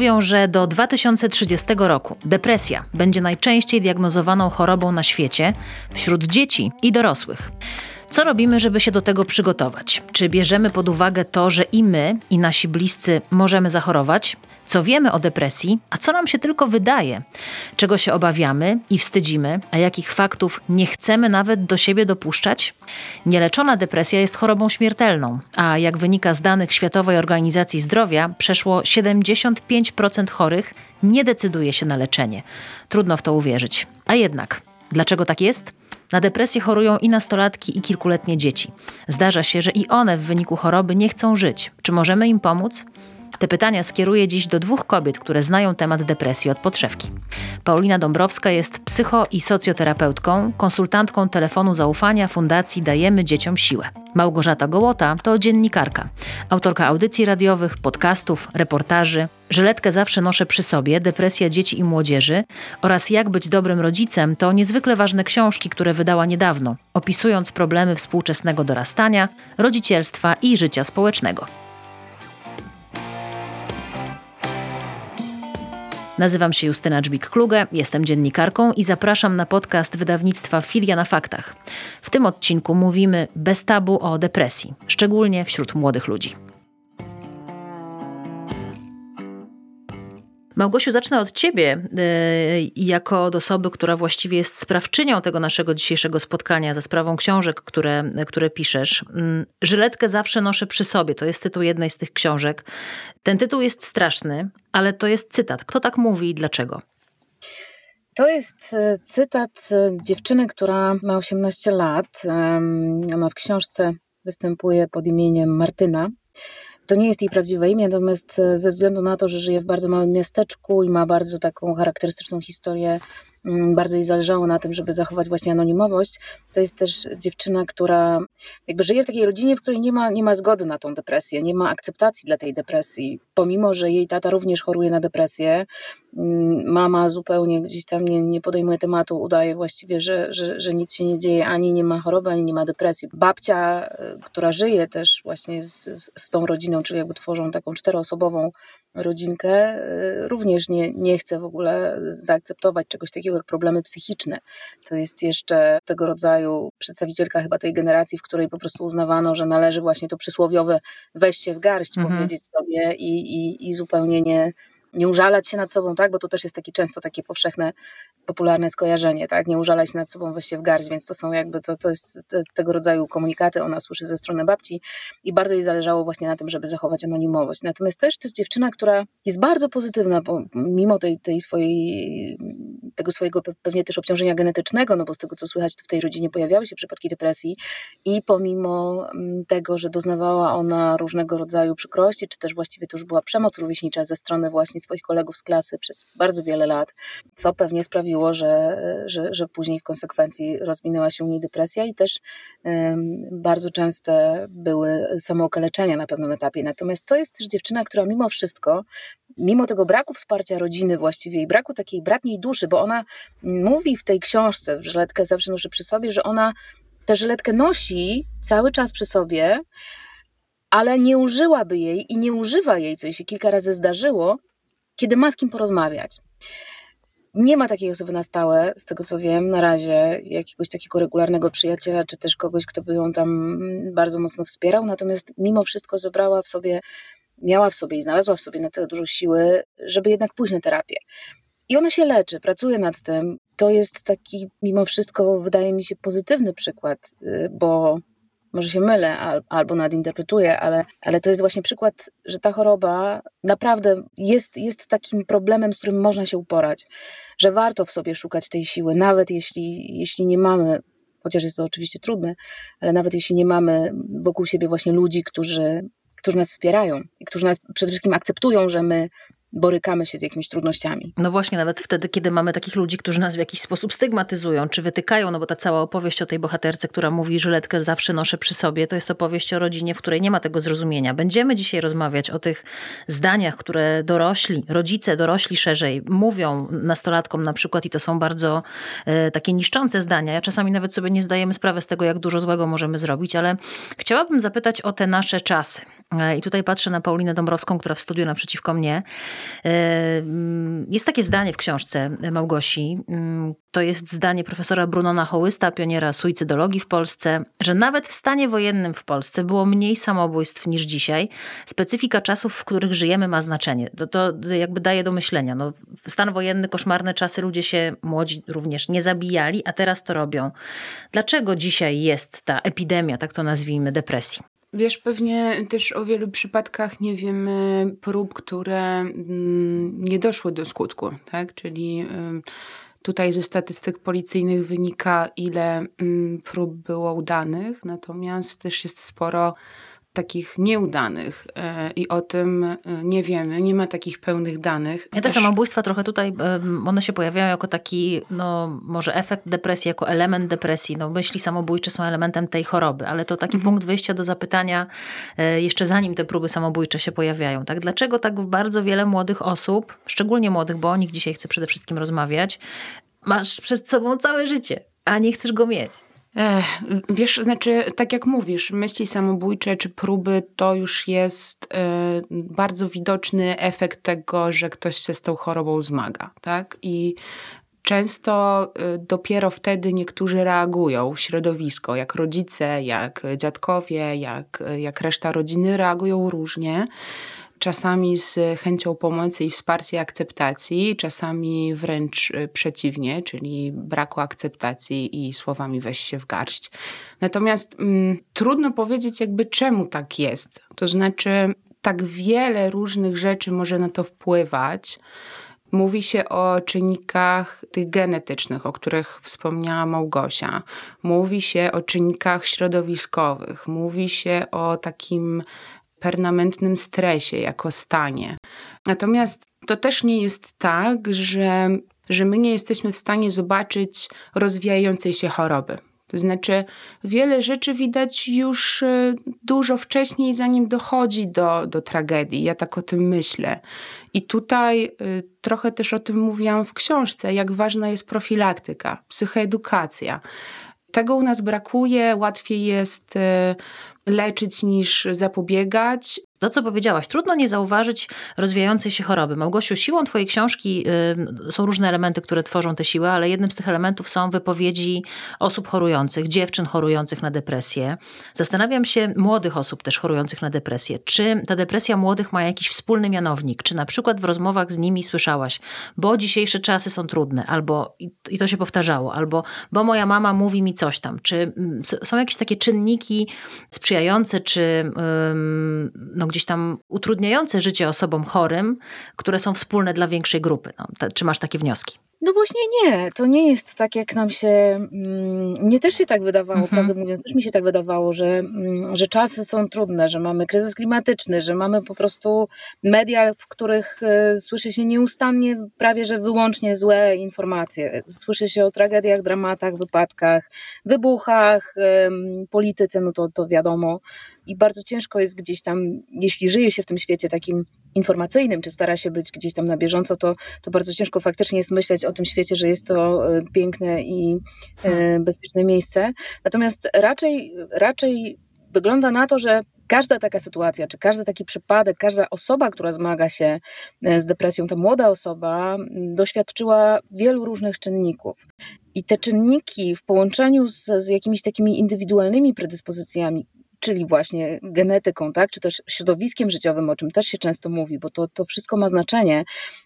mówią, że do 2030 roku depresja będzie najczęściej diagnozowaną chorobą na świecie wśród dzieci i dorosłych. Co robimy, żeby się do tego przygotować? Czy bierzemy pod uwagę to, że i my, i nasi bliscy możemy zachorować? Co wiemy o depresji, a co nam się tylko wydaje? Czego się obawiamy i wstydzimy, a jakich faktów nie chcemy nawet do siebie dopuszczać? Nieleczona depresja jest chorobą śmiertelną, a jak wynika z danych Światowej Organizacji Zdrowia, przeszło 75% chorych nie decyduje się na leczenie. Trudno w to uwierzyć. A jednak, dlaczego tak jest? Na depresję chorują i nastolatki, i kilkuletnie dzieci. Zdarza się, że i one w wyniku choroby nie chcą żyć. Czy możemy im pomóc? Te pytania skieruję dziś do 2 kobiet, które znają temat depresji od podszewki. Paulina Dąbrowska jest psycho- i socjoterapeutką, konsultantką telefonu zaufania Fundacji Dajemy Dzieciom Siłę. Małgorzata Gołota to dziennikarka, autorka audycji radiowych, podcastów, reportaży. Żyletkę zawsze noszę przy sobie, depresja dzieci i młodzieży oraz Jak być dobrym rodzicem to niezwykle ważne książki, które wydała niedawno, opisując problemy współczesnego dorastania, rodzicielstwa i życia społecznego. Nazywam się Justyna Dżbik-Kluge, jestem dziennikarką i zapraszam na podcast wydawnictwa Filia na Faktach. W tym odcinku mówimy bez tabu o depresji, szczególnie wśród młodych ludzi. Małgosiu, zacznę od ciebie, jako od osoby, która właściwie jest sprawczynią tego naszego dzisiejszego spotkania za sprawą książek, które piszesz. Żyletkę zawsze noszę przy sobie, to jest tytuł jednej z tych książek. Ten tytuł jest straszny, ale to jest cytat. Kto tak mówi i dlaczego? To jest cytat dziewczyny, która ma 18 lat. Ona w książce występuje pod imieniem Martyna. To nie jest jej prawdziwe imię, natomiast ze względu na to, że żyje w bardzo małym miasteczku i ma bardzo taką charakterystyczną historię, bardzo jej zależało na tym, żeby zachować właśnie anonimowość. To jest też dziewczyna, która jakby żyje w takiej rodzinie, w której nie ma zgody na tą depresję, nie ma akceptacji dla tej depresji. Pomimo, że jej tata również choruje na depresję, mama zupełnie gdzieś tam nie podejmuje tematu, udaje właściwie, że nic się nie dzieje, ani nie ma choroby, ani nie ma depresji. Babcia, która żyje też właśnie z tą rodziną, czyli jakby tworzą taką 4-osobową rodzinkę, również nie chce w ogóle zaakceptować czegoś takiego jak problemy psychiczne. To jest jeszcze tego rodzaju przedstawicielka chyba tej generacji, w której po prostu uznawano, że należy właśnie to przysłowiowe weź się w garść, powiedzieć sobie i zupełnie nie użalać się nad sobą, tak? Bo to też jest często takie powszechne, popularne skojarzenie, tak? Nie użalać się nad sobą, weź się w garść, więc to są jakby, to jest tego rodzaju komunikaty, ona słyszy ze strony babci i bardzo jej zależało właśnie na tym, żeby zachować anonimowość. Natomiast też to jest dziewczyna, która jest bardzo pozytywna, bo mimo tego swojego pewnie też obciążenia genetycznego, no bo z tego co słychać, to w tej rodzinie pojawiały się przypadki depresji i pomimo tego, że doznawała ona różnego rodzaju przykrości, czy też właściwie to już była przemoc rówieśnicza ze strony właśnie swoich kolegów z klasy przez bardzo wiele lat, co pewnie sprawiło, że później w konsekwencji rozwinęła się u niej depresja i też bardzo częste były samookaleczenia na pewnym etapie. Natomiast to jest też dziewczyna, która mimo wszystko, mimo tego braku wsparcia rodziny właściwie i braku takiej bratniej duszy, bo ona mówi w tej książce, w Żyletkę zawsze noszę przy sobie, że ona tę żyletkę nosi cały czas przy sobie, ale nie użyłaby jej i nie używa jej, co jej się kilka razy zdarzyło, kiedy ma z kim porozmawiać. Nie ma takiej osoby na stałe, z tego co wiem, na razie jakiegoś takiego regularnego przyjaciela, czy też kogoś, kto by ją tam bardzo mocno wspierał, natomiast mimo wszystko miała w sobie i znalazła w sobie na tyle dużo siły, żeby jednak pójść na terapię. I ona się leczy, pracuje nad tym. To jest taki mimo wszystko, wydaje mi się, pozytywny przykład, bo może się mylę albo nadinterpretuję, ale to jest właśnie przykład, że ta choroba naprawdę jest takim problemem, z którym można się uporać, że warto w sobie szukać tej siły, nawet jeśli nie mamy, chociaż jest to oczywiście trudne, ale nawet jeśli nie mamy wokół siebie właśnie ludzi, którzy nas wspierają i którzy nas przede wszystkim akceptują, że my borykamy się z jakimiś trudnościami. No właśnie, nawet wtedy, kiedy mamy takich ludzi, którzy nas w jakiś sposób stygmatyzują, czy wytykają, no bo ta cała opowieść o tej bohaterce, która mówi, żyletkę zawsze noszę przy sobie, to jest opowieść o rodzinie, w której nie ma tego zrozumienia. Będziemy dzisiaj rozmawiać o tych zdaniach, które dorośli szerzej, mówią nastolatkom na przykład i to są bardzo takie niszczące zdania. Ja czasami nawet sobie nie zdajemy sprawy z tego, jak dużo złego możemy zrobić, ale chciałabym zapytać o te nasze czasy. I tutaj patrzę na Paulinę Dąbrowską, która w studiu naprzeciwko mnie. Jest takie zdanie w książce Małgosi, to jest zdanie profesora Brunona Hołysta, pioniera suicydologii w Polsce, że nawet w stanie wojennym w Polsce było mniej samobójstw niż dzisiaj. Specyfika czasów, w których żyjemy, ma znaczenie. To jakby daje do myślenia. No, stan wojenny, koszmarne czasy, ludzie się młodzi również nie zabijali, a teraz to robią. Dlaczego dzisiaj jest ta epidemia, tak to nazwijmy, depresji? Wiesz, pewnie też o wielu przypadkach nie wiemy prób, które nie doszły do skutku, tak? Czyli tutaj ze statystyk policyjnych wynika, ile prób było udanych, natomiast też jest sporo takich nieudanych i o tym nie wiemy, nie ma takich pełnych danych. Te samobójstwa trochę tutaj, one się pojawiają jako taki, no może efekt depresji, jako element depresji. No myśli samobójcze są elementem tej choroby, ale to taki punkt wyjścia do zapytania jeszcze zanim te próby samobójcze się pojawiają. Tak? Dlaczego tak bardzo wiele młodych osób, szczególnie młodych, bo o nich dzisiaj chcę przede wszystkim rozmawiać, masz przed sobą całe życie, a nie chcesz go mieć? Wiesz, znaczy, tak jak mówisz, myśli samobójcze czy próby to już jest bardzo widoczny efekt tego, że ktoś się z tą chorobą zmaga, tak? I często dopiero wtedy niektórzy reagują, środowisko, jak rodzice, jak dziadkowie, jak reszta rodziny reagują różnie. Czasami z chęcią pomocy i wsparcia i akceptacji, czasami wręcz przeciwnie, czyli braku akceptacji i słowami weź się w garść. Natomiast trudno powiedzieć jakby czemu tak jest. To znaczy tak wiele różnych rzeczy może na to wpływać. Mówi się o czynnikach tych genetycznych, o których wspomniała Małgosia. Mówi się o czynnikach środowiskowych. Mówi się o takim permanentnym stresie jako stanie. Natomiast to też nie jest tak, że my nie jesteśmy w stanie zobaczyć rozwijającej się choroby. To znaczy wiele rzeczy widać już dużo wcześniej, zanim dochodzi do tragedii. Ja tak o tym myślę. I tutaj trochę też o tym mówiłam w książce, jak ważna jest profilaktyka, psychoedukacja. Tego u nas brakuje, łatwiej jest leczyć niż zapobiegać. To, co powiedziałaś, trudno nie zauważyć rozwijającej się choroby. Małgosiu, siłą twojej książki są różne elementy, które tworzą tę siłę, ale jednym z tych elementów są wypowiedzi osób chorujących, dziewczyn chorujących na depresję. Zastanawiam się, młodych osób też chorujących na depresję. Czy ta depresja młodych ma jakiś wspólny mianownik? Czy na przykład w rozmowach z nimi słyszałaś, bo dzisiejsze czasy są trudne, albo, i to się powtarzało, albo bo moja mama mówi mi coś tam. Czy są jakieś takie czynniki sprzyjające, czy gdzieś tam utrudniające życie osobom chorym, które są wspólne dla większej grupy? Czy masz takie wnioski? No właśnie nie, to nie jest tak, jak nam się, mnie też się tak wydawało, prawdę mówiąc, też mi się tak wydawało, że czasy są trudne, że mamy kryzys klimatyczny, że mamy po prostu media, w których słyszy się nieustannie, prawie że wyłącznie złe informacje. Słyszy się o tragediach, dramatach, wypadkach, wybuchach, polityce, no to wiadomo. I bardzo ciężko jest gdzieś tam, jeśli żyje się w tym świecie takim informacyjnym, czy stara się być gdzieś tam na bieżąco, to bardzo ciężko faktycznie jest myśleć o tym świecie, że jest to piękne i bezpieczne miejsce. Natomiast raczej wygląda na to, że każda taka sytuacja, czy każdy taki przypadek, każda osoba, która zmaga się z depresją, ta młoda osoba doświadczyła wielu różnych czynników. I te czynniki w połączeniu z jakimiś takimi indywidualnymi predyspozycjami, czyli właśnie genetyką, tak, czy też środowiskiem życiowym, o czym też się często mówi, bo to wszystko ma znaczenie,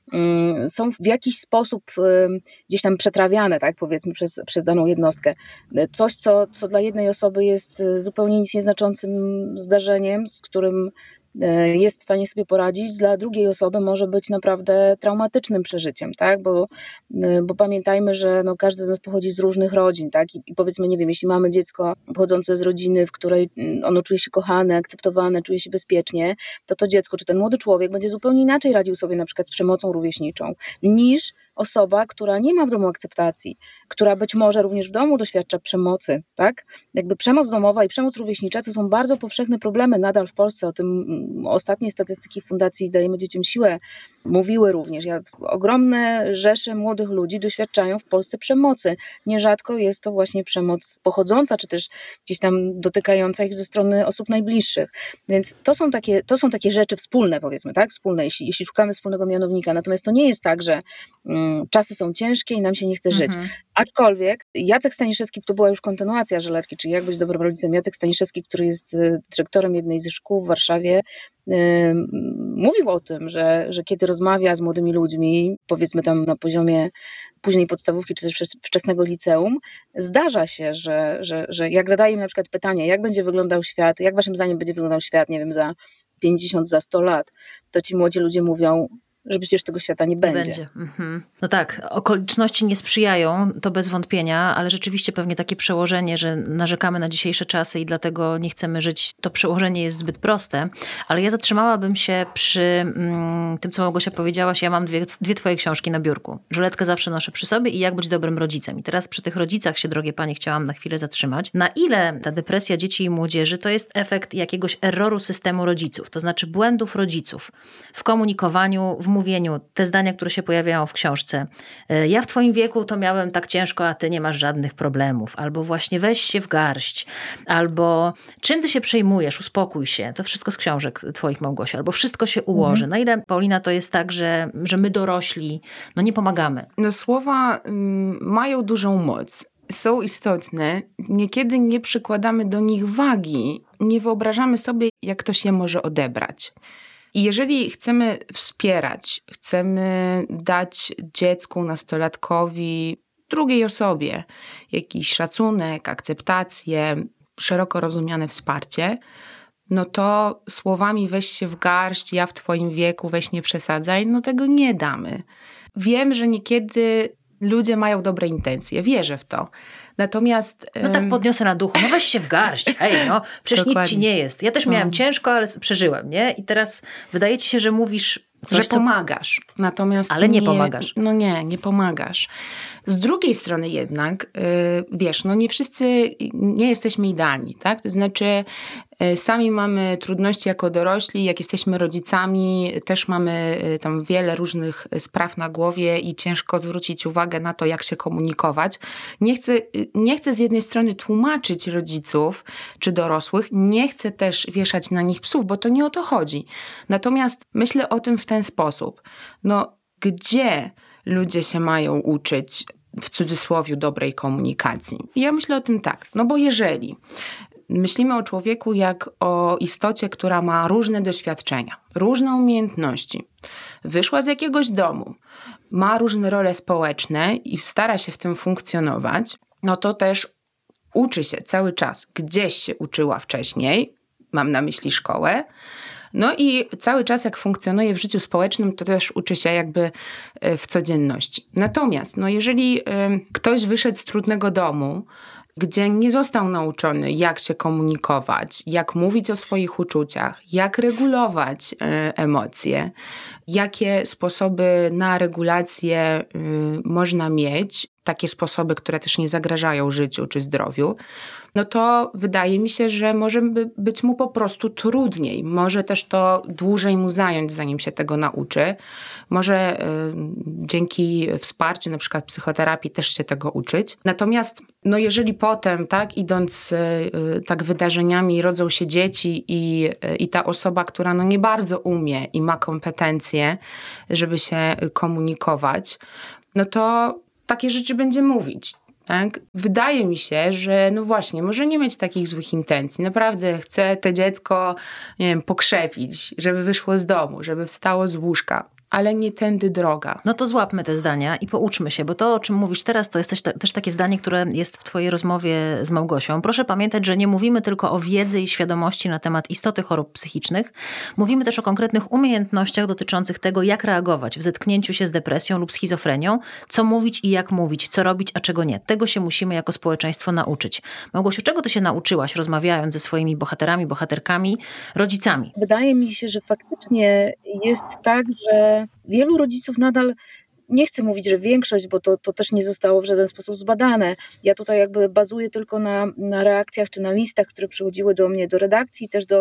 są w jakiś sposób gdzieś tam przetrawiane, tak, powiedzmy przez daną jednostkę. Coś, co dla jednej osoby jest zupełnie nic nieznaczącym zdarzeniem, z którym jest w stanie sobie poradzić, dla drugiej osoby może być naprawdę traumatycznym przeżyciem, tak? Bo pamiętajmy, że każdy z nas pochodzi z różnych rodzin, tak? I powiedzmy, nie wiem, jeśli mamy dziecko pochodzące z rodziny, w której ono czuje się kochane, akceptowane, czuje się bezpiecznie, to dziecko, czy ten młody człowiek będzie zupełnie inaczej radził sobie na przykład z przemocą rówieśniczą, niż osoba, która nie ma w domu akceptacji, która być może również w domu doświadcza przemocy, tak? Jakby przemoc domowa i przemoc rówieśnicza to są bardzo powszechne problemy nadal w Polsce. O tym ostatnie statystyki Fundacji Dajemy Dzieciom Siłę mówiły również. Ogromne rzesze młodych ludzi doświadczają w Polsce przemocy. Nierzadko jest to właśnie przemoc pochodząca, czy też gdzieś tam dotykająca ich ze strony osób najbliższych. Więc to są takie rzeczy wspólne, powiedzmy, tak? Wspólne, jeśli szukamy wspólnego mianownika. Natomiast to nie jest tak, że czasy są ciężkie i nam się nie chce żyć. Aczkolwiek Jacek Staniszewski, to była już kontynuacja Żeletki, czyli Jak być dobrym rodzicem. Jacek Staniszewski, który jest dyrektorem jednej ze szkół w Warszawie, mówił o tym, że kiedy rozmawia z młodymi ludźmi, powiedzmy tam na poziomie późnej podstawówki czy też wczesnego liceum, zdarza się, że jak zadaje im na przykład pytanie, jak będzie wyglądał świat, jak waszym zdaniem będzie wyglądał świat, nie wiem, za 50, za 100 lat, to ci młodzi ludzie mówią, że przecież tego świata nie będzie. No tak, okoliczności nie sprzyjają, to bez wątpienia, ale rzeczywiście pewnie takie przełożenie, że narzekamy na dzisiejsze czasy i dlatego nie chcemy żyć, to przełożenie jest zbyt proste. Ale ja zatrzymałabym się przy tym, co Małgosia powiedziałaś. Ja mam dwie twoje książki na biurku. Żeletkę zawsze noszę przy sobie i Jak być dobrym rodzicem. I teraz przy tych rodzicach się, drogie panie, chciałam na chwilę zatrzymać. Na ile ta depresja dzieci i młodzieży to jest efekt jakiegoś erroru systemu rodziców, to znaczy błędów rodziców w komunikowaniu, w mówieniu, te zdania, które się pojawiają w książce. Ja w twoim wieku to miałem tak ciężko, a ty nie masz żadnych problemów. Albo właśnie weź się w garść. Albo czym ty się przejmujesz, uspokój się. To wszystko z książek twoich, Małgosia. Albo wszystko się ułoży. Na ile, Paulina, to jest tak, że my dorośli, no nie pomagamy. No słowa mają dużą moc. Są istotne. Niekiedy nie przykładamy do nich wagi. Nie wyobrażamy sobie, jak ktoś je może odebrać. I jeżeli chcemy wspierać, chcemy dać dziecku, nastolatkowi, drugiej osobie jakiś szacunek, akceptację, szeroko rozumiane wsparcie, no to słowami weź się w garść, ja w twoim wieku, weź nie przesadzaj, no tego nie damy. Wiem, że niekiedy ludzie mają dobre intencje, wierzę w to. Natomiast... No tak podniosę na duchu, no weź się w garść, hej, no przecież nic ci nie jest. Ja też miałam ciężko, ale przeżyłem, nie? I teraz wydaje ci się, że mówisz coś, że pomagasz. Natomiast ale nie pomagasz. No nie pomagasz. Z drugiej strony jednak, wiesz, no nie wszyscy, nie jesteśmy idealni, tak? To znaczy sami mamy trudności jako dorośli, jak jesteśmy rodzicami, też mamy tam wiele różnych spraw na głowie i ciężko zwrócić uwagę na to, jak się komunikować. Nie chcę z jednej strony tłumaczyć rodziców czy dorosłych, nie chcę też wieszać na nich psów, bo to nie o to chodzi. Natomiast myślę o tym w ten sposób. No, gdzie ludzie się mają uczyć, w cudzysłowie, dobrej komunikacji? I ja myślę o tym tak, no bo jeżeli myślimy o człowieku jak o istocie, która ma różne doświadczenia, różne umiejętności, wyszła z jakiegoś domu, ma różne role społeczne i stara się w tym funkcjonować, no to też uczy się cały czas. Gdzieś się uczyła wcześniej, mam na myśli szkołę, no i cały czas jak funkcjonuje w życiu społecznym, to też uczy się jakby w codzienności. Natomiast no jeżeli ktoś wyszedł z trudnego domu, gdzie nie został nauczony, jak się komunikować, jak mówić o swoich uczuciach, jak regulować emocje, jakie sposoby na regulację można mieć, takie sposoby, które też nie zagrażają życiu czy zdrowiu, no to wydaje mi się, że może być mu po prostu trudniej. Może też to dłużej mu zająć, zanim się tego nauczy. Może dzięki wsparciu, na przykład psychoterapii, też się tego uczyć. Natomiast no jeżeli potem, tak, idąc tak wydarzeniami, rodzą się dzieci i ta osoba, która no nie bardzo umie i ma kompetencje, żeby się komunikować, no to takie rzeczy będzie mówić. Tak? Wydaje mi się, że no właśnie, może nie mieć takich złych intencji. Naprawdę chcę to dziecko, nie wiem, pokrzepić, żeby wyszło z domu, żeby wstało z łóżka. Ale nie tędy droga. No to złapmy te zdania i pouczmy się, bo to, o czym mówisz teraz, to jest też takie zdanie, które jest w twojej rozmowie z Małgosią. Proszę pamiętać, że nie mówimy tylko o wiedzy i świadomości na temat istoty chorób psychicznych. Mówimy też o konkretnych umiejętnościach dotyczących tego, jak reagować w zetknięciu się z depresją lub schizofrenią, co mówić i jak mówić, co robić, a czego nie. Tego się musimy jako społeczeństwo nauczyć. Małgosiu, czego ty się nauczyłaś, rozmawiając ze swoimi bohaterami, bohaterkami, rodzicami? Wydaje mi się, że faktycznie jest tak, że wielu rodziców nadal, nie chcę mówić, że większość, bo to też nie zostało w żaden sposób zbadane. Ja tutaj jakby bazuję tylko na reakcjach czy na listach, które przychodziły do mnie do redakcji, też do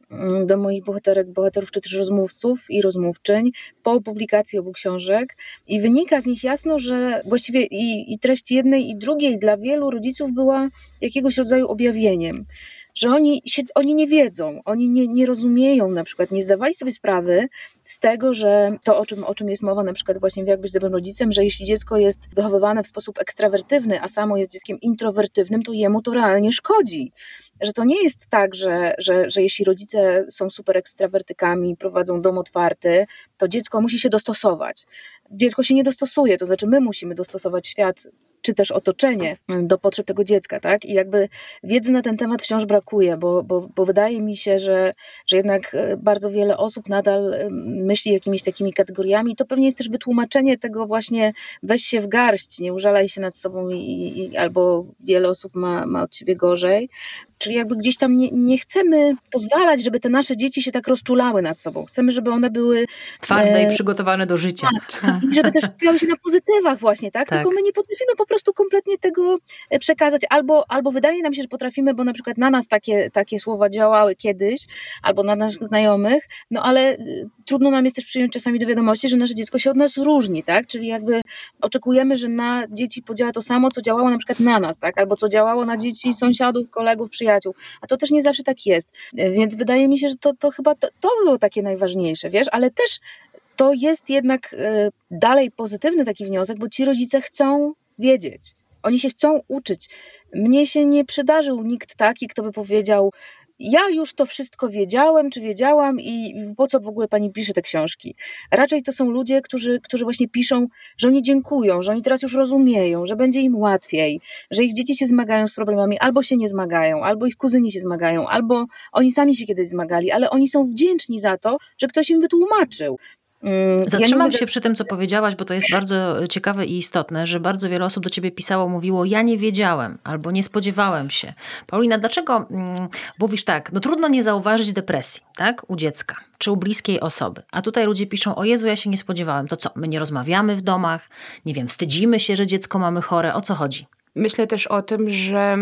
do moich bohaterów, czy też rozmówców i rozmówczyń po publikacji obu książek i wynika z nich jasno, że właściwie i treść jednej i drugiej dla wielu rodziców była jakiegoś rodzaju objawieniem, że oni nie wiedzą, oni nie rozumieją, na przykład nie zdawali sobie sprawy z tego, że to, o czym jest mowa na przykład właśnie w Jak być dobrym rodzicem, że jeśli dziecko jest wychowywane w sposób ekstrawertywny, a samo jest dzieckiem introwertywnym, to jemu to realnie szkodzi. Że to nie jest tak, że jeśli rodzice są super ekstrawertykami, prowadzą dom otwarty, to dziecko musi się dostosować. Dziecko się nie dostosuje, to znaczy my musimy dostosować świat czy też otoczenie do potrzeb tego dziecka, tak? I jakby wiedzy na ten temat wciąż brakuje, bo wydaje mi się, że jednak bardzo wiele osób nadal myśli jakimiś takimi kategoriami. To pewnie jest też wytłumaczenie tego właśnie weź się w garść, nie użalaj się nad sobą albo wiele osób ma od ciebie gorzej. Czyli jakby gdzieś tam nie chcemy pozwalać, żeby te nasze dzieci się tak rozczulały nad sobą. Chcemy, żeby one były twarde i przygotowane do życia. Tak. I żeby też skupiały się na pozytywach właśnie, tak? Tylko my nie potrafimy po prostu kompletnie tego przekazać. Albo wydaje nam się, że potrafimy, bo na przykład na nas takie słowa działały kiedyś, albo na naszych znajomych, no ale trudno nam jest też przyjąć czasami do wiadomości, że nasze dziecko się od nas różni, tak? Czyli jakby oczekujemy, że na dzieci podziała to samo, co działało na przykład na nas, tak? Albo co działało na dzieci sąsiadów, kolegów, przyjaciół. A to też nie zawsze tak jest. Więc wydaje mi się, że to chyba to było takie najważniejsze, wiesz? Ale też to jest jednak dalej pozytywny taki wniosek, bo ci rodzice chcą wiedzieć. Oni się chcą uczyć. Mnie się nie przydarzył nikt taki, kto by powiedział, ja już to wszystko wiedziałem, czy wiedziałam i po co w ogóle pani pisze te książki. Raczej to są ludzie, którzy właśnie piszą, że oni dziękują, że oni teraz już rozumieją, że będzie im łatwiej, że ich dzieci się zmagają z problemami, albo się nie zmagają, albo ich kuzyni się zmagają, albo oni sami się kiedyś zmagali, ale oni są wdzięczni za to, że ktoś im wytłumaczył. Zatrzymam się przy tym, co powiedziałaś, bo to jest bardzo ciekawe i istotne, że bardzo wiele osób do ciebie pisało, mówiło, ja nie wiedziałem albo nie spodziewałem się. Paulina, dlaczego mówisz tak, no trudno nie zauważyć depresji, tak, u dziecka czy u bliskiej osoby, a tutaj ludzie piszą, o Jezu, ja się nie spodziewałem. To co, my nie rozmawiamy w domach, nie wiem, wstydzimy się, że dziecko mamy chore, o co chodzi? Myślę też o tym, że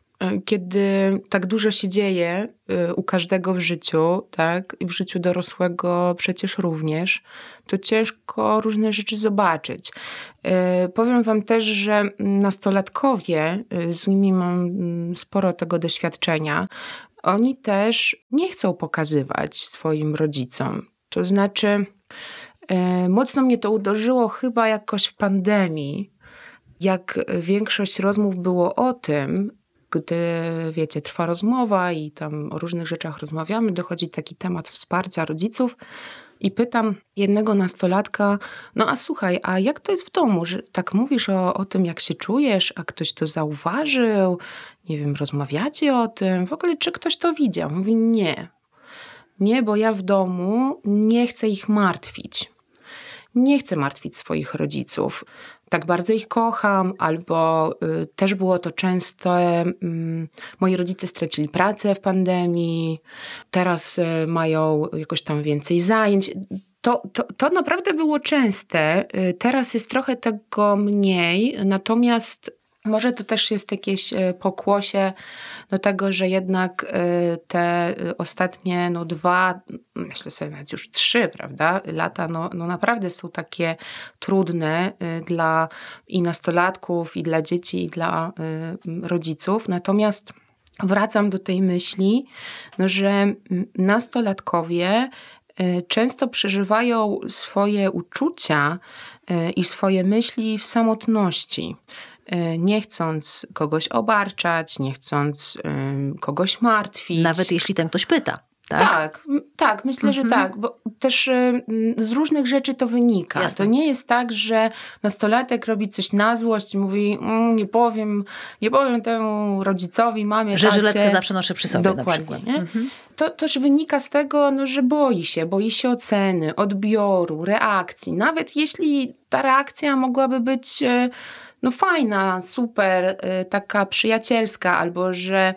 kiedy tak dużo się dzieje u każdego w życiu, tak, i w życiu dorosłego przecież również, to ciężko różne rzeczy zobaczyć. Powiem wam też, że nastolatkowie, z nimi mam sporo tego doświadczenia, oni też nie chcą pokazywać swoim rodzicom. To znaczy, mocno mnie to uderzyło chyba jakoś w pandemii, jak większość rozmów było o tym, gdy, wiecie, trwa rozmowa i tam o różnych rzeczach rozmawiamy, dochodzi taki temat wsparcia rodziców i pytam jednego nastolatka, no a słuchaj, a jak to jest w domu, że tak mówisz o tym, jak się czujesz, a ktoś to zauważył, nie wiem, rozmawiacie o tym, w ogóle czy ktoś to widział? Mówi nie, bo ja w domu nie chcę ich martwić. Nie chcę martwić swoich rodziców. Tak bardzo ich kocham, albo też było to często, moi rodzice stracili pracę w pandemii, teraz mają jakoś tam więcej zajęć. To naprawdę było częste, teraz jest trochę tego mniej, natomiast może to też jest jakieś pokłosie do tego, że jednak te ostatnie 2, myślę sobie nawet już 3, prawda, lata, no naprawdę są takie trudne dla i nastolatków, i dla dzieci, i dla rodziców. Natomiast wracam do tej myśli, no, że nastolatkowie często przeżywają swoje uczucia i swoje myśli w samotności. Nie chcąc kogoś obarczać, nie chcąc kogoś martwić. Nawet jeśli ten ktoś pyta. Tak, myślę, że tak, bo też z różnych rzeczy to wynika. Jasne. To nie jest tak, że nastolatek robi coś na złość i mówi, nie powiem temu rodzicowi, mamie, że tacie. żyletkę zawsze noszę przy sobie. Dokładnie. Na przykład. Nie? To też wynika z tego, no, że boi się oceny, odbioru, reakcji. Nawet jeśli ta reakcja mogłaby być fajna, super, taka przyjacielska, albo że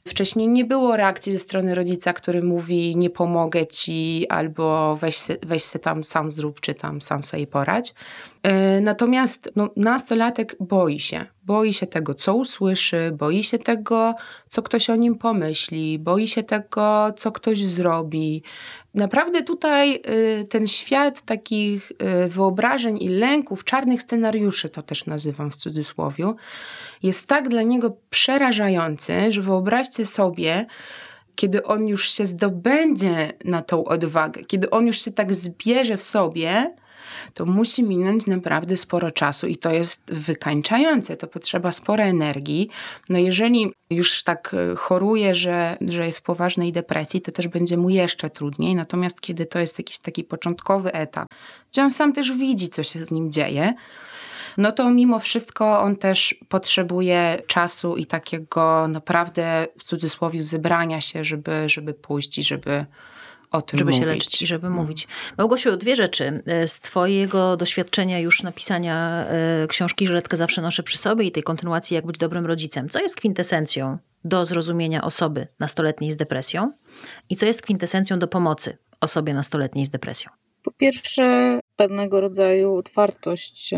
Wcześniej nie było reakcji ze strony rodzica, który mówi nie pomogę ci albo weź se tam sam zrób, czy tam sam sobie poradź. Natomiast nastolatek boi się tego, co usłyszy, boi się tego, co ktoś o nim pomyśli, boi się tego, co ktoś zrobi. Naprawdę tutaj ten świat takich wyobrażeń i lęków, czarnych scenariuszy, to też nazywam w cudzysłowiu, jest tak dla niego przerażający, że wyobraźcie sobie, kiedy on już się zdobędzie na tą odwagę, kiedy on już się tak zbierze w sobie, to musi minąć naprawdę sporo czasu i to jest wykańczające, to potrzeba sporo energii. No jeżeli już tak choruje, że jest w poważnej depresji, to też będzie mu jeszcze trudniej, natomiast kiedy to jest jakiś taki początkowy etap, gdzie on sam też widzi, co się z nim dzieje, no to mimo wszystko on też potrzebuje czasu i takiego naprawdę w cudzysłowie zebrania się, żeby pójść i żeby o tym żeby mówić. się leczyć i żeby mówić. Małgosiu, dwie rzeczy. Z twojego doświadczenia już napisania książki Żyletkę zawsze noszę przy sobie i tej kontynuacji Jak być dobrym rodzicem. Co jest kwintesencją do zrozumienia osoby nastoletniej z depresją i co jest kwintesencją do pomocy osobie nastoletniej z depresją? Po pierwsze, pewnego rodzaju otwartość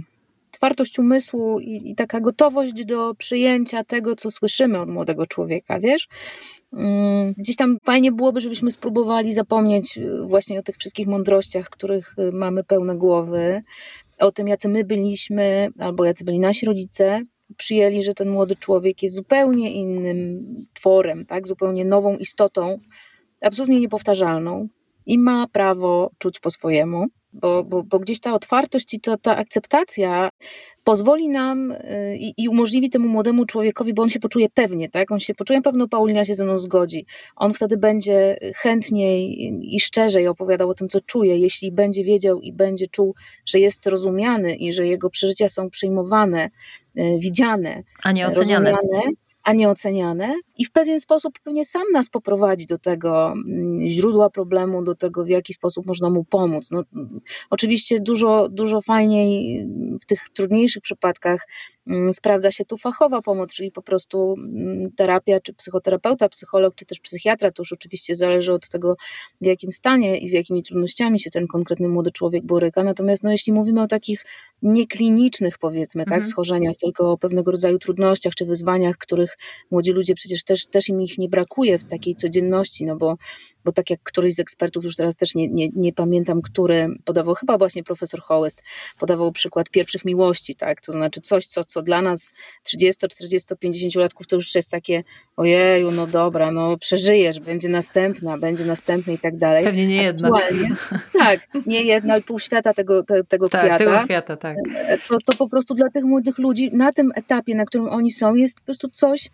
umysłu i taka gotowość do przyjęcia tego, co słyszymy od młodego człowieka, wiesz? Gdzieś tam fajnie byłoby, żebyśmy spróbowali zapomnieć właśnie o tych wszystkich mądrościach, których mamy pełne głowy, o tym, jacy my byliśmy, albo jacy byli nasi rodzice, przyjęli, że ten młody człowiek jest zupełnie innym tworem, tak? Zupełnie nową istotą, absolutnie niepowtarzalną i ma prawo czuć po swojemu, bo gdzieś ta otwartość i ta akceptacja pozwoli nam i umożliwi temu młodemu człowiekowi, bo on się poczuje pewnie, tak? On się poczuje pewno, Paulina się ze mną zgodzi. On wtedy będzie chętniej i szczerzej opowiadał o tym, co czuje, jeśli będzie wiedział i będzie czuł, że jest rozumiany i że jego przeżycia są przyjmowane, widziane, a nie oceniane. A nie oceniane i w pewien sposób pewnie sam nas poprowadzi do tego źródła problemu, do tego, w jaki sposób można mu pomóc. No, oczywiście dużo fajniej w tych trudniejszych przypadkach sprawdza się tu fachowa pomoc, czyli po prostu terapia, czy psychoterapeuta, psycholog, czy też psychiatra. To już oczywiście zależy od tego, w jakim stanie i z jakimi trudnościami się ten konkretny młody człowiek boryka. Natomiast jeśli mówimy o takich nieklinicznych, powiedzmy, tak, schorzeniach, tylko o pewnego rodzaju trudnościach czy wyzwaniach, których młodzi ludzie przecież też im ich nie brakuje w takiej codzienności, no bo tak jak któryś z ekspertów, już teraz też nie pamiętam, który podawał, chyba właśnie profesor Hołest, podawał przykład pierwszych miłości, tak, to znaczy coś, co dla nas 30, 40, 50-latków to już jest takie ojeju, no dobra, no przeżyjesz, będzie następny i tak dalej. Pewnie nie jedna. Tak, nie jedna, pół świata tego kwiata. Tego kwiata, tak. To po prostu dla tych młodych ludzi na tym etapie, na którym oni są, jest po prostu coś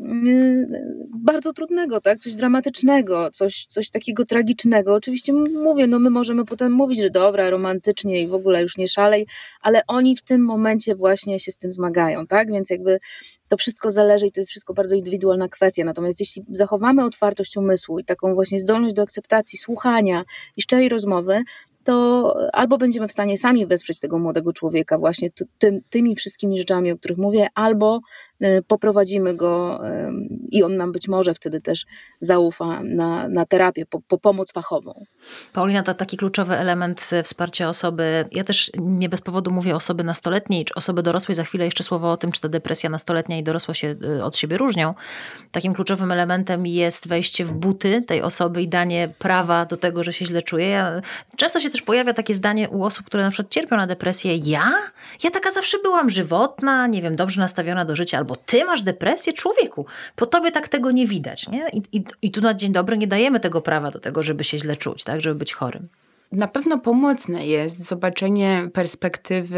bardzo trudnego, tak? Coś dramatycznego, coś takiego tragicznego. Oczywiście mówię, no my możemy potem mówić, że dobra, romantycznie i w ogóle już nie szalej, ale oni w tym momencie właśnie się z tym zmagają, tak? Więc jakby to wszystko zależy i to jest wszystko bardzo indywidualna kwestia. Natomiast jeśli zachowamy otwartość umysłu i taką właśnie zdolność do akceptacji, słuchania i szczerej rozmowy, to albo będziemy w stanie sami wesprzeć tego młodego człowieka właśnie tymi wszystkimi rzeczami, o których mówię, albo poprowadzimy go i on nam być może wtedy też zaufa na terapię, po pomoc fachową. Paulina, to taki kluczowy element wsparcia osoby. Ja też nie bez powodu mówię osoby nastoletniej, czy osoby dorosłej. Za chwilę jeszcze słowo o tym, czy ta depresja nastoletnia i dorosła się od siebie różnią. Takim kluczowym elementem jest wejście w buty tej osoby i danie prawa do tego, że się źle czuje. Często się też pojawia takie zdanie u osób, które na przykład cierpią na depresję. Ja taka zawsze byłam żywotna, nie wiem, dobrze nastawiona do życia, albo ty masz depresję? Człowieku, po tobie tak tego nie widać. Nie? I tu na dzień dobry nie dajemy tego prawa do tego, żeby się źle czuć, tak, żeby być chorym. Na pewno pomocne jest zobaczenie perspektywy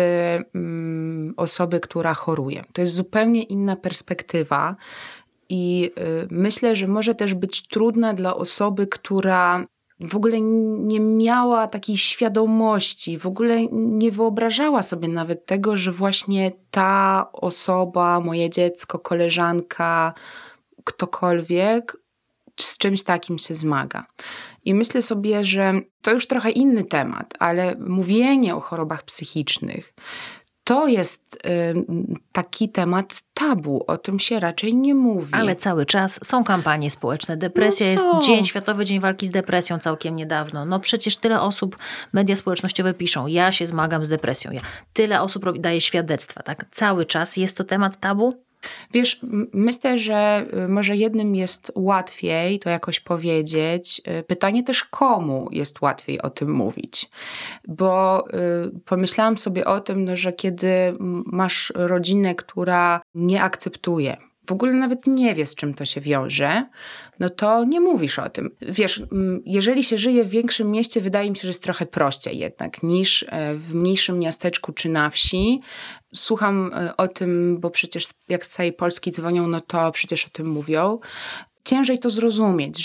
osoby, która choruje. To jest zupełnie inna perspektywa i myślę, że może też być trudna dla osoby, która w ogóle nie miała takiej świadomości, w ogóle nie wyobrażała sobie nawet tego, że właśnie ta osoba, moje dziecko, koleżanka, ktokolwiek z czymś takim się zmaga. I myślę sobie, że to już trochę inny temat, ale mówienie o chorobach psychicznych to jest taki temat tabu, o tym się raczej nie mówi. Ale cały czas są kampanie społeczne. Depresja jest Światowy Dzień Walki z Depresją całkiem niedawno. No przecież tyle osób, media społecznościowe piszą, ja się zmagam z depresją. Tyle osób daje świadectwa, tak? Cały czas jest to temat tabu? Wiesz, myślę, że może jednym jest łatwiej to jakoś powiedzieć. Pytanie też, komu jest łatwiej o tym mówić. Bo pomyślałam sobie o tym, że kiedy masz rodzinę, która nie akceptuje, w ogóle nawet nie wie, z czym to się wiąże, no to nie mówisz o tym. Wiesz, jeżeli się żyje w większym mieście, wydaje mi się, że jest trochę prościej jednak niż w mniejszym miasteczku czy na wsi. Słucham o tym, bo przecież jak z całej Polski dzwonią, no to przecież o tym mówią. Ciężej to zrozumieć,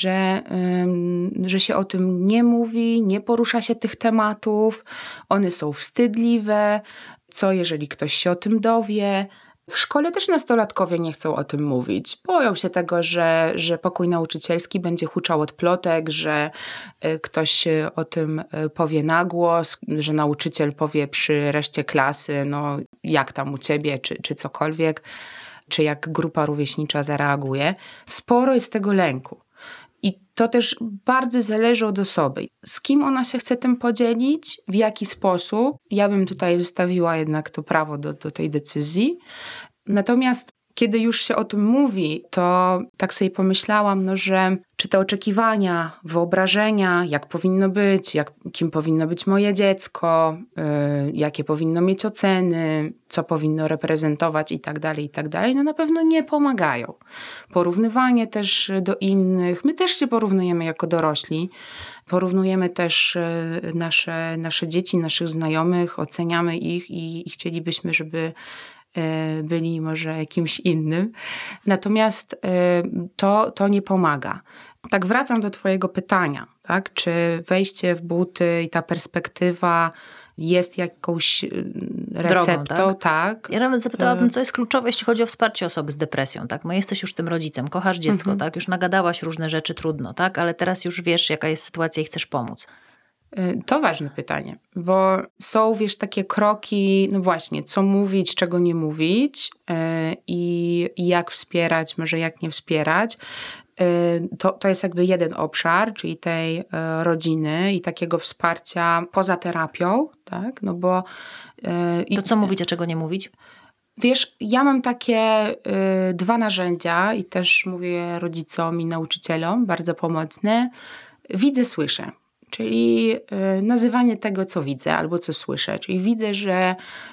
że się o tym nie mówi, nie porusza się tych tematów, one są wstydliwe. Co jeżeli ktoś się o tym dowie? W szkole też nastolatkowie nie chcą o tym mówić. Boją się tego, że pokój nauczycielski będzie huczał od plotek, że ktoś o tym powie na głos, że nauczyciel powie przy reszcie klasy, no jak tam u ciebie, czy cokolwiek, czy jak grupa rówieśnicza zareaguje. Sporo jest tego lęku. I to też bardzo zależy od osoby. Z kim ona się chce tym podzielić, w jaki sposób. Ja bym tutaj zostawiła jednak to prawo do tej decyzji. Natomiast kiedy już się o tym mówi, to tak sobie pomyślałam, że czy te oczekiwania, wyobrażenia, jak powinno być, kim powinno być moje dziecko, jakie powinno mieć oceny, co powinno reprezentować i tak dalej, no na pewno nie pomagają. Porównywanie też do innych, my też się porównujemy jako dorośli, porównujemy też nasze dzieci, naszych znajomych, oceniamy ich i chcielibyśmy, żeby byli może kimś innym. Natomiast to nie pomaga. Tak, wracam do twojego pytania, tak? Czy wejście w buty i ta perspektywa jest jakąś receptą? Drogą, tak? Ja nawet zapytałabym, co jest kluczowe, jeśli chodzi o wsparcie osoby z depresją, tak? No jesteś już tym rodzicem, kochasz dziecko, tak? Już nagadałaś różne rzeczy, trudno, tak? Ale teraz już wiesz, jaka jest sytuacja i chcesz pomóc. To ważne pytanie, bo są, wiesz, takie kroki, no właśnie, co mówić, czego nie mówić i jak wspierać, może jak nie wspierać. To jest jakby jeden obszar, czyli tej rodziny i takiego wsparcia poza terapią, tak? No bo... To co mówić, a czego nie mówić? Wiesz, ja mam takie 2 narzędzia i też mówię rodzicom i nauczycielom, bardzo pomocne. Widzę, słyszę. Czyli nazywanie tego, co widzę albo co słyszę. Czyli widzę, że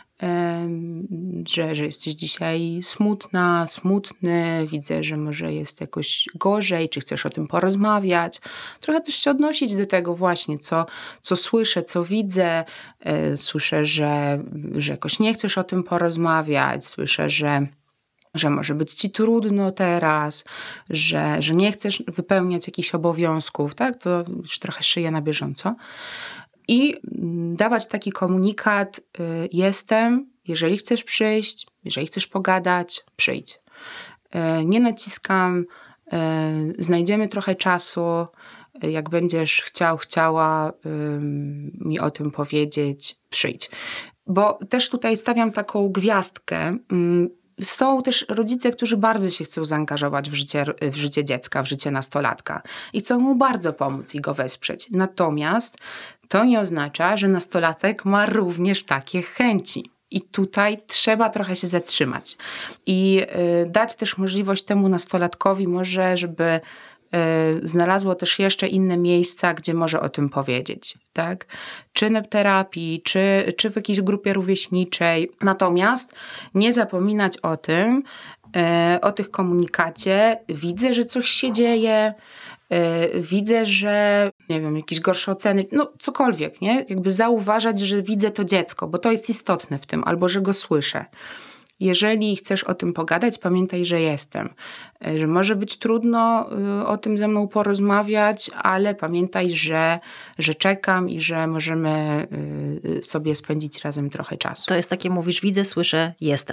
jesteś dzisiaj smutna, smutny, widzę, że może jest jakoś gorzej, czy chcesz o tym porozmawiać. Trochę też się odnosić do tego właśnie, co słyszę, co widzę. Słyszę, że jakoś nie chcesz o tym porozmawiać, słyszę, że może być ci trudno teraz, że nie chcesz wypełniać jakichś obowiązków, tak? To już trochę szyję na bieżąco. I dawać taki komunikat, jestem, jeżeli chcesz przyjść, jeżeli chcesz pogadać, przyjdź. Nie naciskam, znajdziemy trochę czasu, jak będziesz chciała mi o tym powiedzieć, przyjdź. Bo też tutaj stawiam taką gwiazdkę. Są też rodzice, którzy bardzo się chcą zaangażować w życie dziecka, w życie nastolatka i chcą mu bardzo pomóc i go wesprzeć. Natomiast to nie oznacza, że nastolatek ma również takie chęci. I tutaj trzeba trochę się zatrzymać i dać też możliwość temu nastolatkowi może, żeby znalazło też jeszcze inne miejsca, gdzie może o tym powiedzieć, tak? Czy na terapii, czy w jakiejś grupie rówieśniczej. Natomiast nie zapominać o tych komunikacie. Widzę, że coś się dzieje, widzę, że nie wiem, jakieś gorsze oceny, no cokolwiek, nie? Jakby zauważać, że widzę to dziecko, bo to jest istotne w tym, albo że go słyszę. Jeżeli chcesz o tym pogadać, pamiętaj, że jestem. Że może być trudno o tym ze mną porozmawiać, ale pamiętaj, że czekam i że możemy sobie spędzić razem trochę czasu. To jest takie, mówisz, widzę, słyszę, jestem.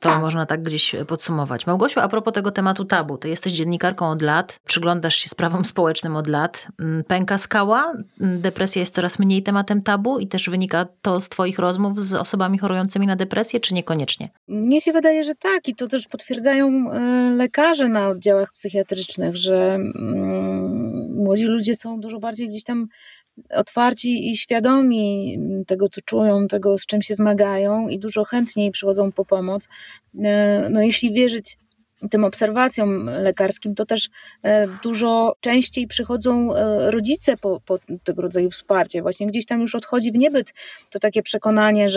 To Tak. można tak gdzieś podsumować. Małgosiu, a propos tego tematu tabu, ty jesteś dziennikarką od lat, przyglądasz się sprawom społecznym od lat. Pęka skała, depresja jest coraz mniej tematem tabu i też wynika to z twoich rozmów z osobami chorującymi na depresję, czy niekoniecznie? Mnie się wydaje, że tak i to też potwierdzają lekarze na oddziałach psychiatrycznych, że młodzi ludzie są dużo bardziej gdzieś tam otwarci i świadomi tego, co czują, tego, z czym się zmagają i dużo chętniej przychodzą po pomoc. No, jeśli wierzyć tym obserwacjom lekarskim, to też dużo częściej przychodzą rodzice po tego rodzaju wsparcie. Właśnie gdzieś tam już odchodzi w niebyt to takie przekonanie,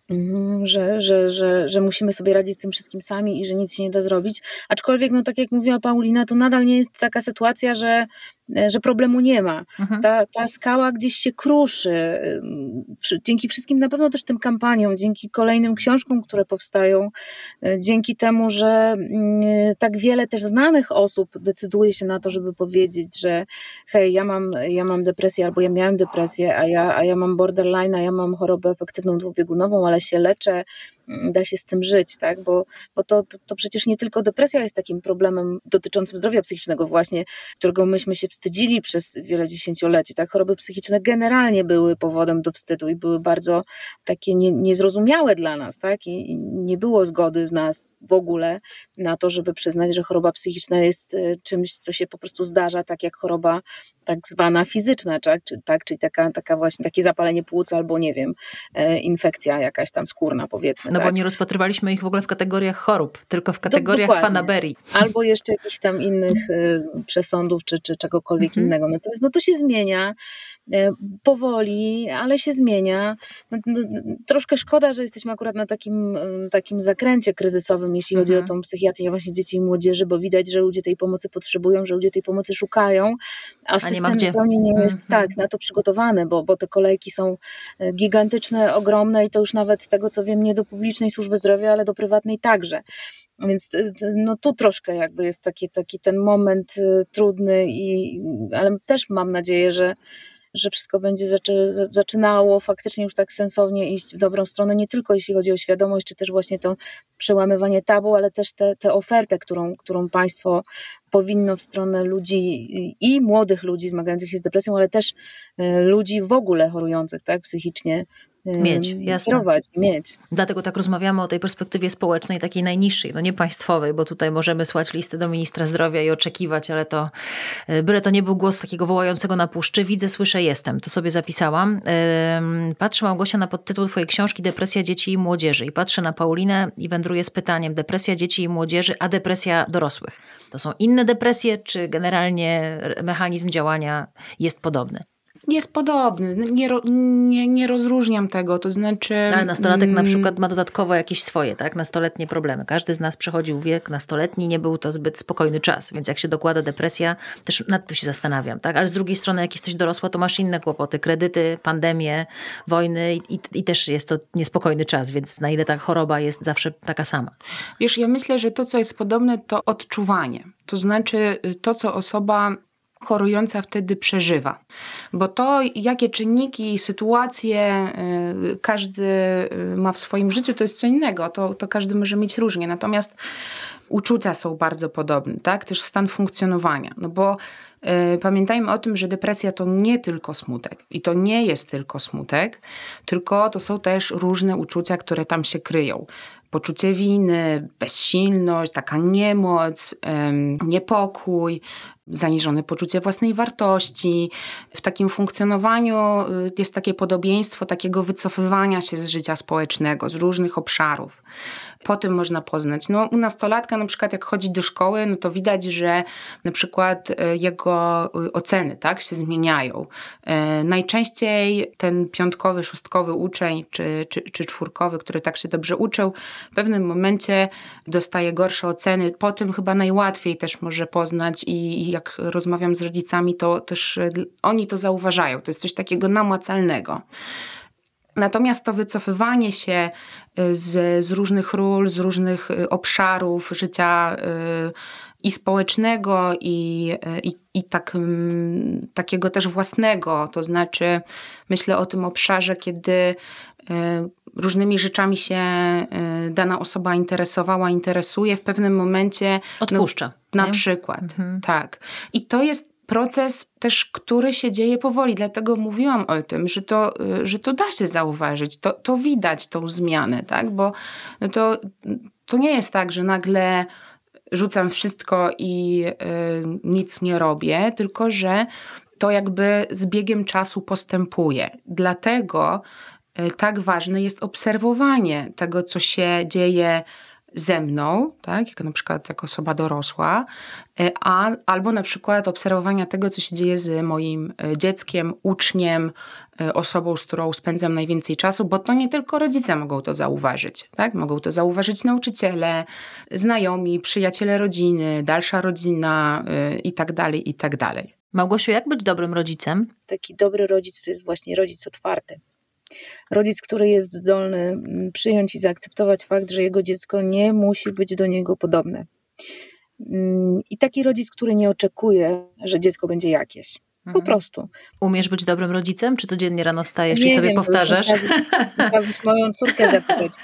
że musimy sobie radzić z tym wszystkim sami i że nic się nie da zrobić. Aczkolwiek, no tak jak mówiła Paulina, to nadal nie jest taka sytuacja, że problemu nie ma. Ta skała gdzieś się kruszy. Dzięki wszystkim, na pewno też tym kampaniom, dzięki kolejnym książkom, które powstają, dzięki temu, że tak wiele też znanych osób decyduje się na to, żeby powiedzieć, że hej, ja mam depresję albo ja miałem depresję, a ja mam borderline, a ja mam chorobę afektywną dwubiegunową, ale się leczę, da się z tym żyć, tak? Bo to przecież nie tylko depresja jest takim problemem dotyczącym zdrowia psychicznego właśnie, którego myśmy się wstydzili przez wiele dziesięcioleci, tak? Choroby psychiczne generalnie były powodem do wstydu i były bardzo takie niezrozumiałe dla nas, tak? I nie było zgody w nas w ogóle na to, żeby przyznać, że choroba psychiczna jest czymś, co się po prostu zdarza, tak jak choroba tak zwana fizyczna, czyli taka właśnie takie zapalenie płuc albo nie wiem, infekcja jakaś tam skórna, powiedzmy. No tak? bo nie rozpatrywaliśmy ich w ogóle w kategoriach chorób, tylko w kategoriach Dokładnie. fanaberii. Albo jeszcze jakichś tam innych przesądów, czy czegokolwiek innego. Natomiast to się zmienia powoli, ale się zmienia. Troszkę szkoda, że jesteśmy akurat na takim zakręcie kryzysowym, jeśli chodzi o tą psychiatrię właśnie dzieci i młodzieży, bo widać, że ludzie tej pomocy potrzebują, że ludzie tej pomocy szukają, a system zupełnie nie jest tak na to przygotowany, bo te kolejki są gigantyczne, ogromne i to już nawet z tego, co wiem, nie do publicznej służby zdrowia, ale do prywatnej także. Więc no tu troszkę jakby jest taki ten moment trudny, ale też mam nadzieję, że wszystko będzie zaczynało faktycznie już tak sensownie iść w dobrą stronę, nie tylko jeśli chodzi o świadomość, czy też właśnie to przełamywanie tabu, ale też tę ofertę, którą państwo powinno w stronę ludzi i młodych ludzi zmagających się z depresją, ale też ludzi w ogóle chorujących, tak, psychicznie, mieć. Dlatego tak rozmawiamy o tej perspektywie społecznej, takiej najniższej, no nie państwowej, bo tutaj możemy słać listy do ministra zdrowia i oczekiwać, ale to byle to nie był głos takiego wołającego na puszczy. Widzę, słyszę, jestem. To sobie zapisałam. Patrzę, Małgosia, na podtytuł twojej książki Depresja dzieci i młodzieży i patrzę na Paulinę i wędruję z pytaniem: depresja dzieci i młodzieży, a depresja dorosłych. To są inne depresje, czy generalnie mechanizm działania jest podobny? Jest podobny. Nie rozróżniam tego, to znaczy... Ale nastolatek na przykład ma dodatkowo jakieś swoje, tak? Nastoletnie problemy. Każdy z nas przechodził wiek nastoletni, nie był to zbyt spokojny czas, więc jak się dokłada depresja, też nad tym się zastanawiam, tak? Ale z drugiej strony, jak jesteś dorosła, to masz inne kłopoty, kredyty, pandemie, wojny i też jest to niespokojny czas, więc na ile ta choroba jest zawsze taka sama. Wiesz, ja myślę, że to, co jest podobne, to odczuwanie. To znaczy to, co osoba chorująca wtedy przeżywa. Bo to, jakie czynniki i sytuacje każdy ma w swoim życiu, to jest co innego. To każdy może mieć różnie. Natomiast uczucia są bardzo podobne, tak? Też stan funkcjonowania. No bo pamiętajmy o tym, że depresja to nie tylko smutek. I to nie jest tylko smutek, tylko to są też różne uczucia, które tam się kryją. Poczucie winy, bezsilność, taka niemoc, niepokój, zaniżone poczucie własnej wartości. W takim funkcjonowaniu jest takie podobieństwo takiego wycofywania się z życia społecznego, z różnych obszarów. Po tym można poznać. No, u nastolatka na przykład jak chodzi do szkoły, no to widać, że na przykład jego oceny, tak, się zmieniają. Najczęściej ten piątkowy, szóstkowy uczeń czy czwórkowy, który tak się dobrze uczył, w pewnym momencie dostaje gorsze oceny. Po tym chyba najłatwiej też może poznać i jak rozmawiam z rodzicami, to też oni to zauważają. To jest coś takiego namacalnego. Natomiast to wycofywanie się z różnych ról, z różnych obszarów życia i społecznego, i takiego też własnego, to znaczy myślę o tym obszarze, kiedy różnymi rzeczami się dana osoba interesuje, w pewnym momencie odpuszcza. Na przykład, tak. I to jest proces też, który się dzieje powoli, dlatego mówiłam o tym, że to da się zauważyć, to widać tą zmianę, tak? Bo to nie jest tak, że nagle rzucam wszystko i nic nie robię, tylko że to jakby z biegiem czasu postępuje. Dlatego tak ważne jest obserwowanie tego, co się dzieje ze mną, tak, jak na przykład jako osoba dorosła, albo na przykład obserwowania tego, co się dzieje z moim dzieckiem, uczniem, osobą, z którą spędzam najwięcej czasu, bo to nie tylko rodzice mogą to zauważyć, tak? Mogą to zauważyć nauczyciele, znajomi, przyjaciele rodziny, dalsza rodzina i tak dalej, i tak dalej. Małgosiu, jak być dobrym rodzicem? Taki dobry rodzic to jest właśnie rodzic otwarty. Rodzic, który jest zdolny przyjąć i zaakceptować fakt, że jego dziecko nie musi być do niego podobne. I taki rodzic, który nie oczekuje, że dziecko będzie jakieś. Po prostu. Umiesz być dobrym rodzicem? Czy codziennie rano wstajesz i sobie powtarzasz? Musiałabyś moją córkę zapytać.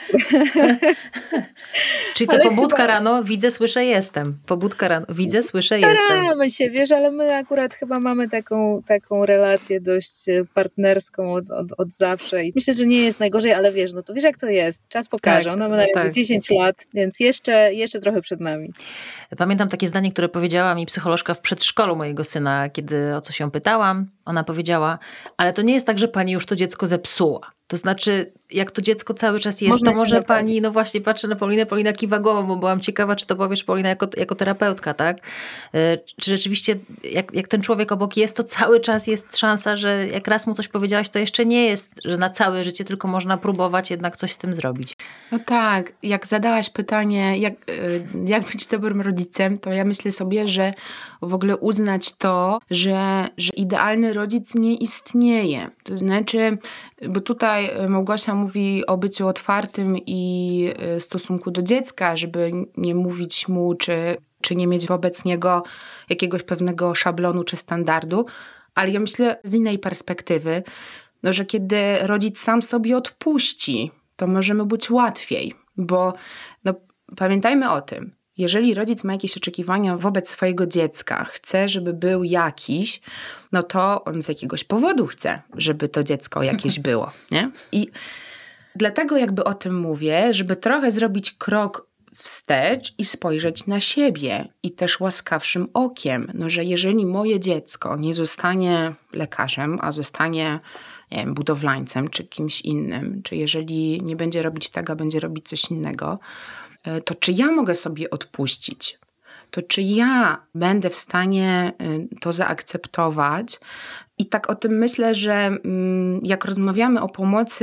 Czyli co, pobudka rano, widzę, słyszę, jestem. Pobudka rano, widzę, słyszę, jestem. Staramy się, wiesz, ale my akurat chyba mamy taką relację dość partnerską od zawsze i myślę, że nie jest najgorzej, ale wiesz, no to wiesz jak to jest, czas pokaże, ona ma na razie 10 lat, więc jeszcze trochę przed nami. Pamiętam takie zdanie, które powiedziała mi psycholożka w przedszkolu mojego syna, kiedy o coś ją pytałam. Ona powiedziała, ale to nie jest tak, że pani już to dziecko zepsuła. To znaczy, jak to dziecko cały czas jest, to może pani, no właśnie patrzę na Paulinę, Paulina kiwa głową, bo byłam ciekawa, czy to powiesz, Paulina, jako terapeutka, tak? Czy rzeczywiście, jak ten człowiek obok jest, to cały czas jest szansa, że jak raz mu coś powiedziałaś, to jeszcze nie jest, że na całe życie, tylko można próbować jednak coś z tym zrobić. No tak, jak zadałaś pytanie, jak być dobrym rodzicem, to ja myślę sobie, że w ogóle uznać to, że idealny rodzic nie istnieje. To znaczy, bo tutaj Małgosia mówi o byciu otwartym i stosunku do dziecka, żeby nie mówić mu, czy nie mieć wobec niego jakiegoś pewnego szablonu czy standardu, ale ja myślę z innej perspektywy, no, że kiedy rodzic sam sobie odpuści, to możemy być łatwiej, bo no, pamiętajmy o tym, jeżeli rodzic ma jakieś oczekiwania wobec swojego dziecka, chce, żeby był jakiś, no to on z jakiegoś powodu chce, żeby to dziecko jakieś było, nie? I dlatego jakby o tym mówię, żeby trochę zrobić krok wstecz i spojrzeć na siebie i też łaskawszym okiem, no, że jeżeli moje dziecko nie zostanie lekarzem, a zostanie, nie wiem, budowlańcem czy kimś innym, czy jeżeli nie będzie robić tego, a będzie robić coś innego, to czy ja mogę sobie odpuścić? To czy ja będę w stanie to zaakceptować? I tak o tym myślę, że jak rozmawiamy o pomocy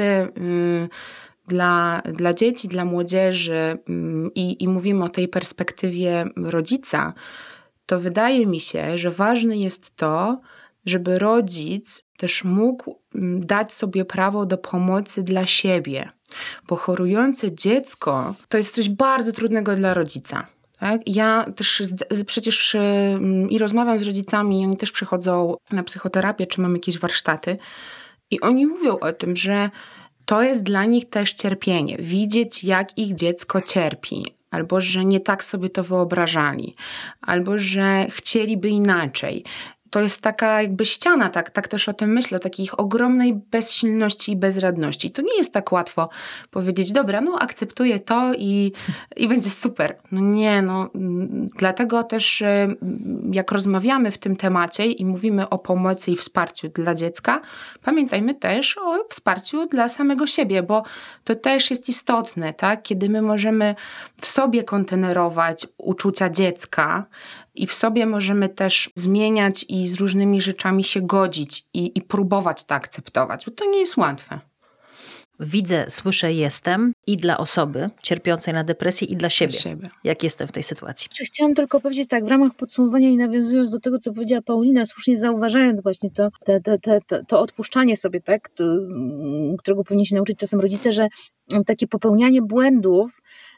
dla dzieci, dla młodzieży i mówimy o tej perspektywie rodzica, to wydaje mi się, że ważne jest to, żeby rodzic też mógł dać sobie prawo do pomocy dla siebie. Bo chorujące dziecko to jest coś bardzo trudnego dla rodzica. Tak? Ja też przecież i rozmawiam z rodzicami, oni też przychodzą na psychoterapię, czy mam jakieś warsztaty i oni mówią o tym, że to jest dla nich też cierpienie. Widzieć, jak ich dziecko cierpi. Albo, że nie tak sobie to wyobrażali. Albo, że chcieliby inaczej. To jest taka jakby ściana, tak też o tym myślę, takich ogromnej bezsilności i bezradności. To nie jest tak łatwo powiedzieć, dobra, no akceptuję to i będzie super. No nie, no dlatego też jak rozmawiamy w tym temacie i mówimy o pomocy i wsparciu dla dziecka, pamiętajmy też o wsparciu dla samego siebie, bo to też jest istotne, tak? Kiedy my możemy w sobie kontenerować uczucia dziecka, i w sobie możemy też zmieniać i z różnymi rzeczami się godzić i próbować to akceptować, bo to nie jest łatwe. Widzę, słyszę, jestem i dla osoby cierpiącej na depresję i dla siebie. Jak jestem w tej sytuacji. Chciałam tylko powiedzieć tak, w ramach podsumowania i nawiązując do tego, co powiedziała Paulina, słusznie zauważając właśnie to odpuszczanie sobie, tak, którego powinni się nauczyć czasem rodzice, że takie popełnianie błędów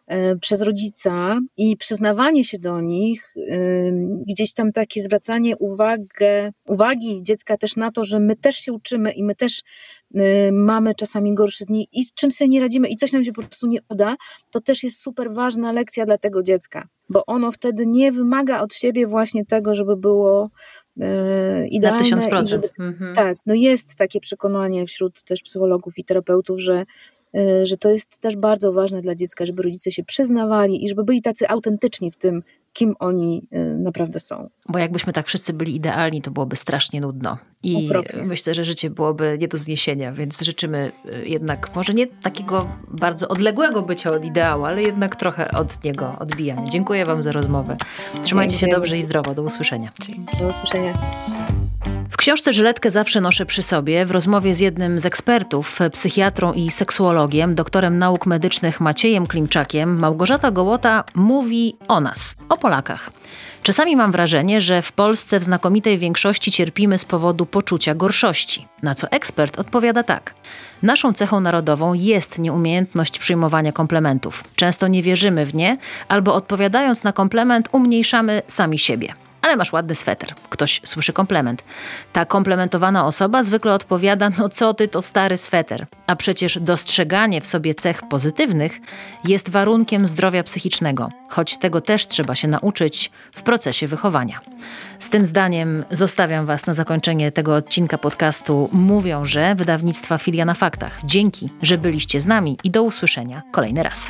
przez rodzica i przyznawanie się do nich, gdzieś tam takie zwracanie uwagi dziecka też na to, że my też się uczymy i my też mamy czasami gorsze dni i z czym sobie nie radzimy i coś nam się po prostu nie uda, to też jest super ważna lekcja dla tego dziecka, bo ono wtedy nie wymaga od siebie właśnie tego, żeby było idealne. Na 1000%. Żeby, tak, no jest takie przekonanie wśród też psychologów i terapeutów, że to jest też bardzo ważne dla dziecka, żeby rodzice się przyznawali i żeby byli tacy autentyczni w tym, kim oni naprawdę są. Bo jakbyśmy tak wszyscy byli idealni, to byłoby strasznie nudno. I Okropnie. myślę, że życie byłoby nie do zniesienia, więc życzymy jednak może nie takiego bardzo odległego bycia od ideału, ale jednak trochę od niego odbijania. Dziękuję wam za rozmowę. Trzymajcie się dobrze i zdrowo. Do usłyszenia. Do usłyszenia. W książce Żyletkę zawsze noszę przy sobie. W rozmowie z jednym z ekspertów, psychiatrą i seksuologiem, doktorem nauk medycznych Maciejem Klimczakiem, Małgorzata Gołota mówi o nas, o Polakach. Czasami mam wrażenie, że w Polsce w znakomitej większości cierpimy z powodu poczucia gorszości. Na co ekspert odpowiada tak. Naszą cechą narodową jest nieumiejętność przyjmowania komplementów. Często nie wierzymy w nie, albo odpowiadając na komplement umniejszamy sami siebie. Ale masz ładny sweter. Ktoś słyszy komplement. Ta komplementowana osoba zwykle odpowiada, no co ty, to stary sweter. A przecież dostrzeganie w sobie cech pozytywnych jest warunkiem zdrowia psychicznego, choć tego też trzeba się nauczyć w procesie wychowania. Z tym zdaniem zostawiam was na zakończenie tego odcinka podcastu Mówią, że wydawnictwa Filia na Faktach. Dzięki, że byliście z nami i do usłyszenia kolejny raz.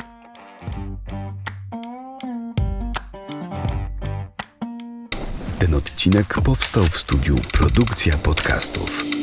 Ten odcinek powstał w studiu Produkcja Podcastów.